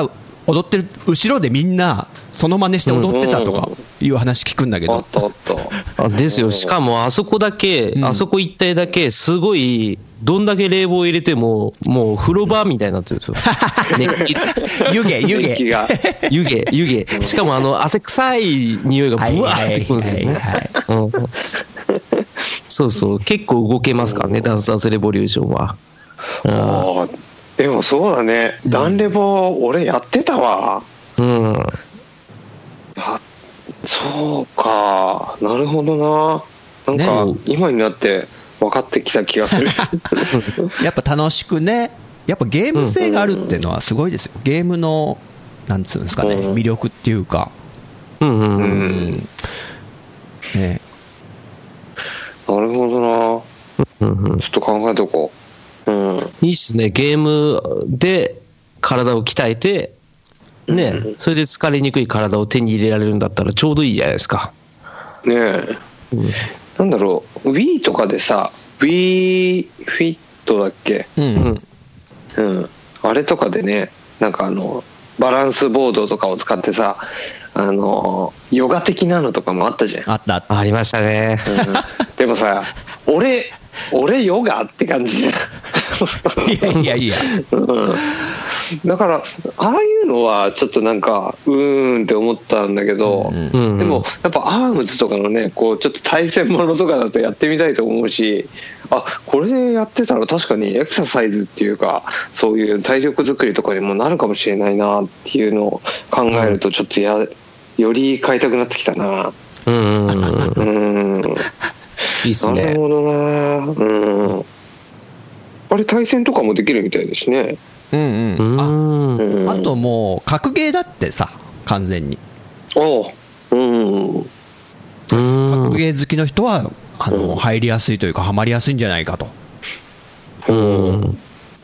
Speaker 2: 踊ってる後ろでみんなその真似して踊ってたとかいう話聞くんだけど、
Speaker 1: あったあった
Speaker 3: あですよ。しかもあそこだけ、
Speaker 2: うん
Speaker 3: あそこ一帯だけすごい、どんだけ冷房入れてももう風呂場みたいになってるんですよ。熱気
Speaker 2: 湯気湯気
Speaker 1: 熱気が
Speaker 3: 湯気湯気。しかもあの汗臭い匂いがブワーってくるんですよね。
Speaker 2: はいはいはい
Speaker 3: うんそうそう、結構動けますからね、ダンスダンスレボリューションは。うん
Speaker 1: あーでもそうだね、ダンレボ俺やってたわ。
Speaker 3: うん
Speaker 1: あそうか、なるほどな。なんか
Speaker 3: ね
Speaker 1: 今になって分かってきた気がする
Speaker 2: やっぱ楽しくね、やっぱゲーム性があるっていうのはすごいですよ。ゲームのなんつうんですかね、
Speaker 1: うん
Speaker 2: 魅力っていうか、
Speaker 3: うんうん
Speaker 1: う
Speaker 3: うん
Speaker 1: ん
Speaker 2: ね、
Speaker 1: なるほどな。
Speaker 3: うんうん
Speaker 1: ちょっと考えとこう。うん
Speaker 3: いいっすね、ゲームで体を鍛えて、ね、
Speaker 1: うん
Speaker 3: それで疲れにくい体を手に入れられるんだったらちょうどいいじゃないですか。
Speaker 1: ねえ、なんだろう Wii とかでさ Wii フィットだっけ、
Speaker 2: うん
Speaker 3: うん
Speaker 1: うん、あれとかでね、なんかあのバランスボードとかを使ってさ、あのヨガ的なのとかもあったじゃん、
Speaker 2: あったあった
Speaker 3: ありましたね。
Speaker 1: うん、でもさ俺俺ヨガって感じじゃん
Speaker 2: いやいやいや、
Speaker 1: うんだからああいうのはちょっとなんかうーんって思ったんだけど、
Speaker 2: うん
Speaker 3: うんうん
Speaker 1: でもやっぱアームズとかのねこうちょっと対戦ものとかだとやってみたいと思うし、あこれでやってたら確かにエクササイズっていうかそういう体力作りとかにもなるかもしれないなっていうのを考えるとちょっとやより買いたくなってきたな。
Speaker 3: うんうんうんうん
Speaker 1: うん
Speaker 3: いいっすね
Speaker 1: なる。ほどな。うんあれ対戦とかもできるみたいですね。
Speaker 2: うん
Speaker 3: う
Speaker 2: うん、あ
Speaker 3: ん
Speaker 1: うん
Speaker 2: あともう格ゲーだってさ、完全に
Speaker 1: おううん
Speaker 3: うん
Speaker 2: 格ゲー好きの人はあの、
Speaker 1: うん
Speaker 2: 入りやすいというかハマりやすいんじゃないかと。
Speaker 3: うん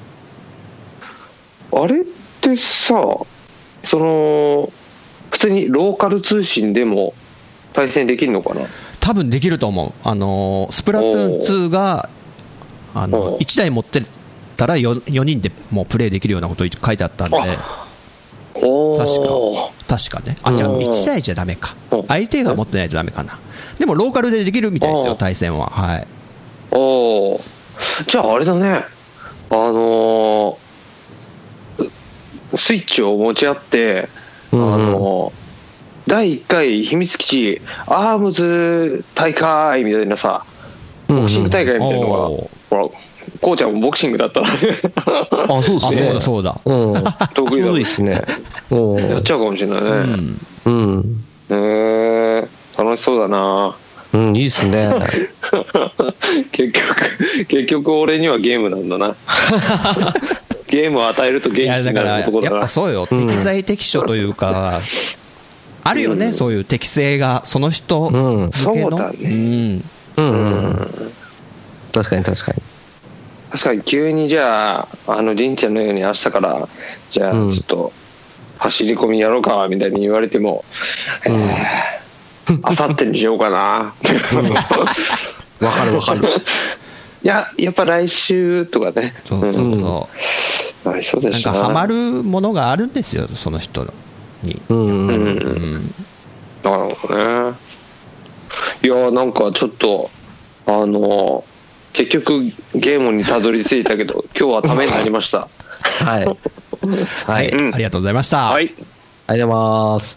Speaker 1: あれってさ、その普通にローカル通信でも対戦できるのかな。
Speaker 2: 多分できると思う。あのスプラトゥーンツーがあ
Speaker 1: お
Speaker 2: の
Speaker 1: う
Speaker 2: いちだい持ってたら 4, よにんでもうプレイできるようなこと書いてあったんで、
Speaker 1: お
Speaker 2: 確か確かね、あ、じゃあ
Speaker 1: うん
Speaker 2: いちだいじゃダメか
Speaker 1: うん、
Speaker 2: 相手が持ってないとダメかな。でもローカルでできるみたいですよ、
Speaker 1: うん
Speaker 2: 対戦は。はい。
Speaker 1: おおじゃああれだね、あのースイッチを持ち合って、あのーだいいっかい秘密基地アームズ大会みたいなさ、ボクシング大会みたいなのが、
Speaker 2: おー
Speaker 1: ほらこうちゃんもボクシングだったら
Speaker 3: あ、そうで
Speaker 2: あ、そう
Speaker 3: すね。
Speaker 2: だそうだ。
Speaker 3: うん。
Speaker 1: 得意だ
Speaker 3: ちょうどいいっすね。うん
Speaker 1: やっちゃうかもしれないね。
Speaker 2: うん。
Speaker 3: うん。
Speaker 1: へえ楽しそうだな。
Speaker 3: うん、いいっすね。
Speaker 1: 結局結局俺にはゲームなんだなゲームを与えると元気
Speaker 2: いや
Speaker 1: にな
Speaker 2: だからや
Speaker 1: る男だな。
Speaker 2: っぱそうよ、
Speaker 3: うん
Speaker 2: 適材適所というか、あるよね、
Speaker 1: うん
Speaker 2: そういう適性がその人
Speaker 3: うん
Speaker 2: 向けの、
Speaker 1: そうだね
Speaker 2: うん
Speaker 3: うんうん。確かに確かに。
Speaker 1: 確かに急にじゃああのじんちゃんのように明日からじゃあち
Speaker 3: うん
Speaker 1: ょっと走り込みやろうかみたいに言われても、
Speaker 3: ん
Speaker 1: えー、あさってにしようかな
Speaker 3: わかるわかる。
Speaker 1: いややっぱ来週とかね、
Speaker 2: そうそう
Speaker 1: うん
Speaker 2: そう、
Speaker 1: なりそうで
Speaker 2: なん
Speaker 1: すな。
Speaker 2: かハマるものがあるんですよ、その人に。
Speaker 3: うん。
Speaker 1: うん、
Speaker 2: うん
Speaker 1: なるほどね。いやなんかちょっとあの結局ゲームにたどり着いたけど今日はためになりました
Speaker 3: はい。は。
Speaker 2: はいい、
Speaker 1: うん
Speaker 2: ありがとうございました。
Speaker 1: はい
Speaker 3: ありがとうございます。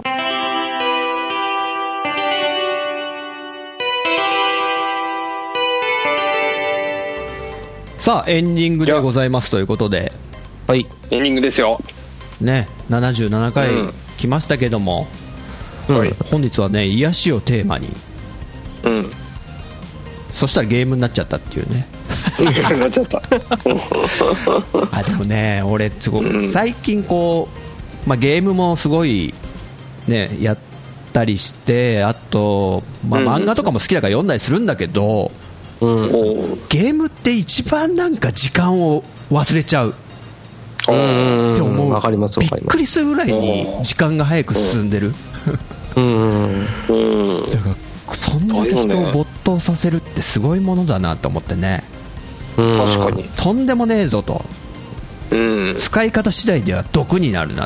Speaker 2: さあエンディングでございますということで
Speaker 3: はい。
Speaker 1: エンディングですよ。
Speaker 2: ね、ななじゅうななかい
Speaker 1: うん
Speaker 2: 来ましたけども、
Speaker 1: はい
Speaker 2: 本日はね癒しをテーマに、
Speaker 1: うん
Speaker 2: そしたらゲームになっちゃったっていうね。
Speaker 1: なっちゃった
Speaker 2: あでもね俺すごく
Speaker 1: うん
Speaker 2: 最近こう、まあ、ゲームもすごいねやったりして、あと、まあ、
Speaker 1: うん
Speaker 2: 漫画とかも好きだから読んだりするんだけど、
Speaker 3: うん。
Speaker 1: おー
Speaker 2: ゲームって一番なんか時間を忘れちゃう
Speaker 3: うん。
Speaker 2: って思う、
Speaker 3: わかりますわ
Speaker 2: びっく
Speaker 3: かります。
Speaker 2: りするぐらいに時間が早く進んでる、
Speaker 3: うん。
Speaker 1: うん
Speaker 2: だからそんだけ人を没頭させるってすごいものだなと思ってね、
Speaker 3: 確
Speaker 1: 確かに。
Speaker 2: とんでもねえぞと、
Speaker 1: うん
Speaker 2: 使い方次第では毒になるなと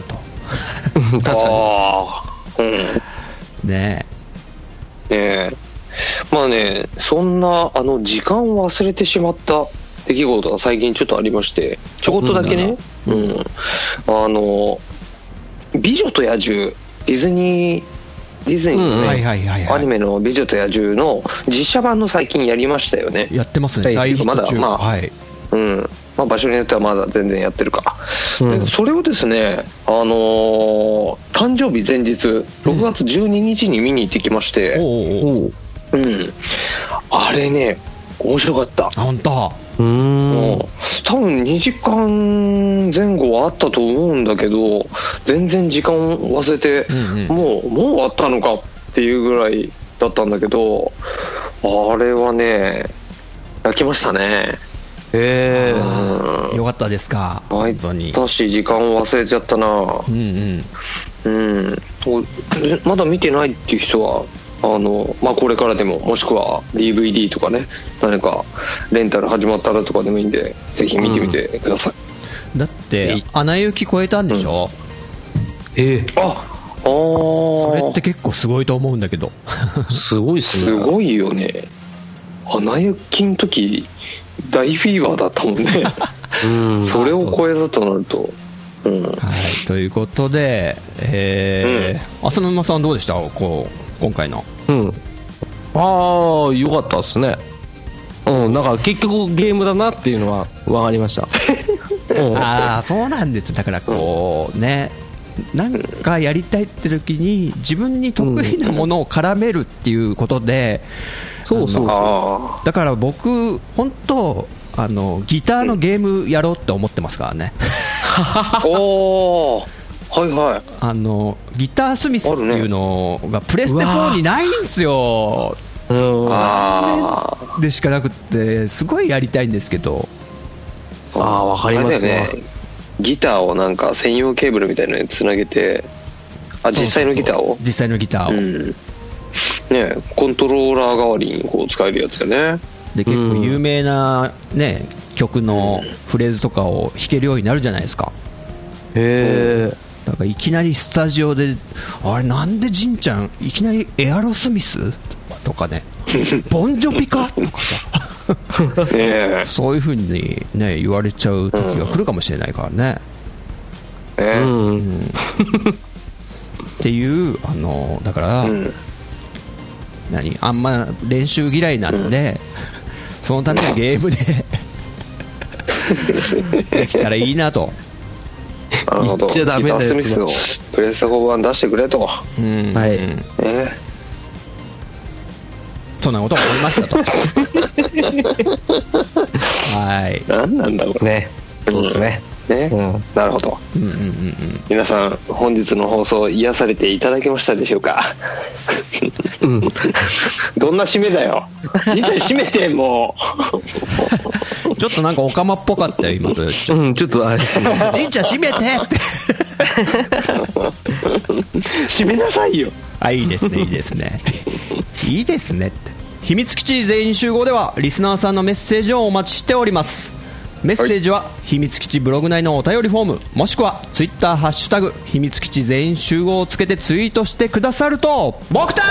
Speaker 3: 確かに。
Speaker 1: あー、うん
Speaker 2: ね
Speaker 1: ねえ、まあね、そんなあの時間を忘れてしまった出来事が最近ちょっとありまして、ちょこっとだけね、うん、あの美女と野獣、ディズニーディズニーのね、
Speaker 2: はいはいはいはい、
Speaker 1: アニメの美女と野獣の実写版の最近やりましたよね。
Speaker 2: やってますね、
Speaker 1: 大ヒット中。まだまあ、
Speaker 2: はい、
Speaker 1: うん、まあ、場所によってはまだ全然やってるか、うん、でそれをですね、あのー、誕生日前日ろくがつじゅうににちに見に行ってきまして、うん、おうおう、うん、あれね面白かった。
Speaker 2: あ、本当。
Speaker 1: うーん、多分にじかんぜん後はあったと思うんだけど、全然時間忘れて、うんうん、もうもうあったのかっていうぐらいだったんだけど、あれはね泣きましたね。
Speaker 2: へえ、よかったですか。本当に。
Speaker 1: 私時間を忘れちゃったな。うんうん、うん、まだ見てないっていう人はあの、まあ、これからでも、もしくは ディーブイディー とかね、何かレンタル始まったらとかでもいいんで、ぜひ見てみてください。
Speaker 2: うん、だってアナ雪超えたんでしょ。
Speaker 1: うん、えー、ああ、そ
Speaker 2: れって結構すごいと思うんだけど。
Speaker 3: すごいっすね。
Speaker 1: すごいよね。アナ雪の時大フィーバーだったもんね。うん、それを超えたとなると、うん、はい、
Speaker 2: ということで、えーうん、浅沼さんどうでした、こう今回の。
Speaker 3: うん、ああ、よかったですね。うん、なんか結局ゲームだなっていうのは分かりました。
Speaker 2: うん、ああ、そうなんです。だからこうね、なんかやりたいって時に自分に得意なものを絡めるっていうことで、うん、そうそうそう。だから僕本当あのギターのゲームやろうって思ってますからね。
Speaker 1: おー、はいはい、
Speaker 2: あのギタースミスっていうのがプレステフォーにないんですよ。うん、残念でしかなくってすごいやりたいんですけど。
Speaker 3: ああ、わかりますね。
Speaker 1: ギターをなんか専用ケーブルみたいなのにつなげて、あ、実際のギターを、
Speaker 2: 実際のギターを、うん、
Speaker 1: ね、コントローラー代わりにこう使えるやつだよね。
Speaker 2: で結構有名な、ね、曲のフレーズとかを弾けるようになるじゃないですか。
Speaker 3: へえ。
Speaker 2: だからいきなりスタジオで、あれなんでジンちゃんいきなりエアロスミスとかね、ボンジョビかとかさ、ね、そういう風にね言われちゃう時が来るかもしれないからね。うん、うん、っていうあのだから、うん、何あんま練習嫌いなんで、うん、そのためのゲームでできたらいいなと。
Speaker 1: なるほど。ギタースミスをプレステフォー版出してくれと、うん、はい、えー、
Speaker 2: そんなことを思いましたと。はい。
Speaker 1: 何なんだろうね。
Speaker 3: そうですね。
Speaker 1: ね、うん、なるほど、うんうんうんうん、皆さん本日の放送癒されていただけましたでしょうか。うん、どんな締めだよ。じいちゃん締めて。も
Speaker 2: うちょっとなんかオカマっぽかったよ今と。ちょ、うん、ちょっとあれですね。じいちゃん締めてって
Speaker 1: 締めなさいよ。
Speaker 2: あ、いいですねいいですねいいですねって。秘密基地全員集合ではリスナーさんのメッセージをお待ちしております。メッセージは秘密基地ブログ内のお便りフォーム、もしくはツイッターハッシュタグ秘密基地全員集合をつけてツイートしてくださると、僕たち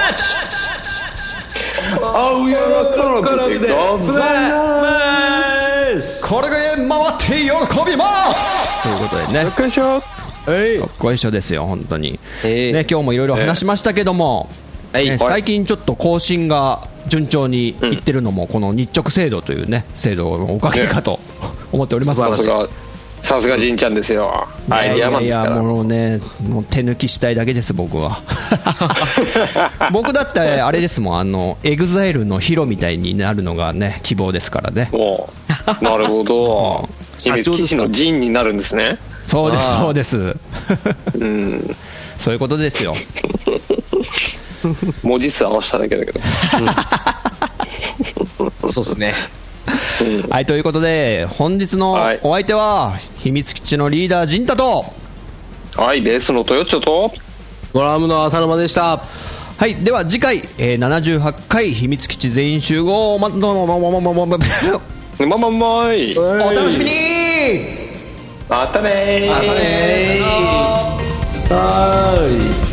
Speaker 1: 青山からでございます。
Speaker 2: これで回って喜びますということでね、
Speaker 1: よっこいしょ、
Speaker 2: よっこいしょですよ本当に、ね、今日もいろいろ話しましたけども、ね、最近ちょっと更新が順調にいってるのもこの日直制度というね制度のおかげかと思っております。
Speaker 1: さすがさすがじんちゃんですよ。
Speaker 2: いやいやいや、もうね、もう手抜きしたいだけです僕は。僕だってあれですもん、あのエグザイルのヒロみたいになるのがね希望ですからね。
Speaker 1: おなるほど。秘密基地のジンになるんですね。
Speaker 2: そうですそうです。うん、そういうことですよ。
Speaker 1: 文字数合わせただけだけど、
Speaker 3: うん、そうですね。
Speaker 2: うん、はい、ということで本日のお相手は、はい、秘密基地のリーダー陣太と、
Speaker 1: はい、ベースのトヨッチョと
Speaker 3: ドラムの浅沼でした。
Speaker 2: はい、では次回、えー、ななじゅうはちかい秘密基地全員集合まままままままま
Speaker 1: まままい
Speaker 2: お楽しみに。
Speaker 1: またねー。
Speaker 2: またねー。
Speaker 3: はーい。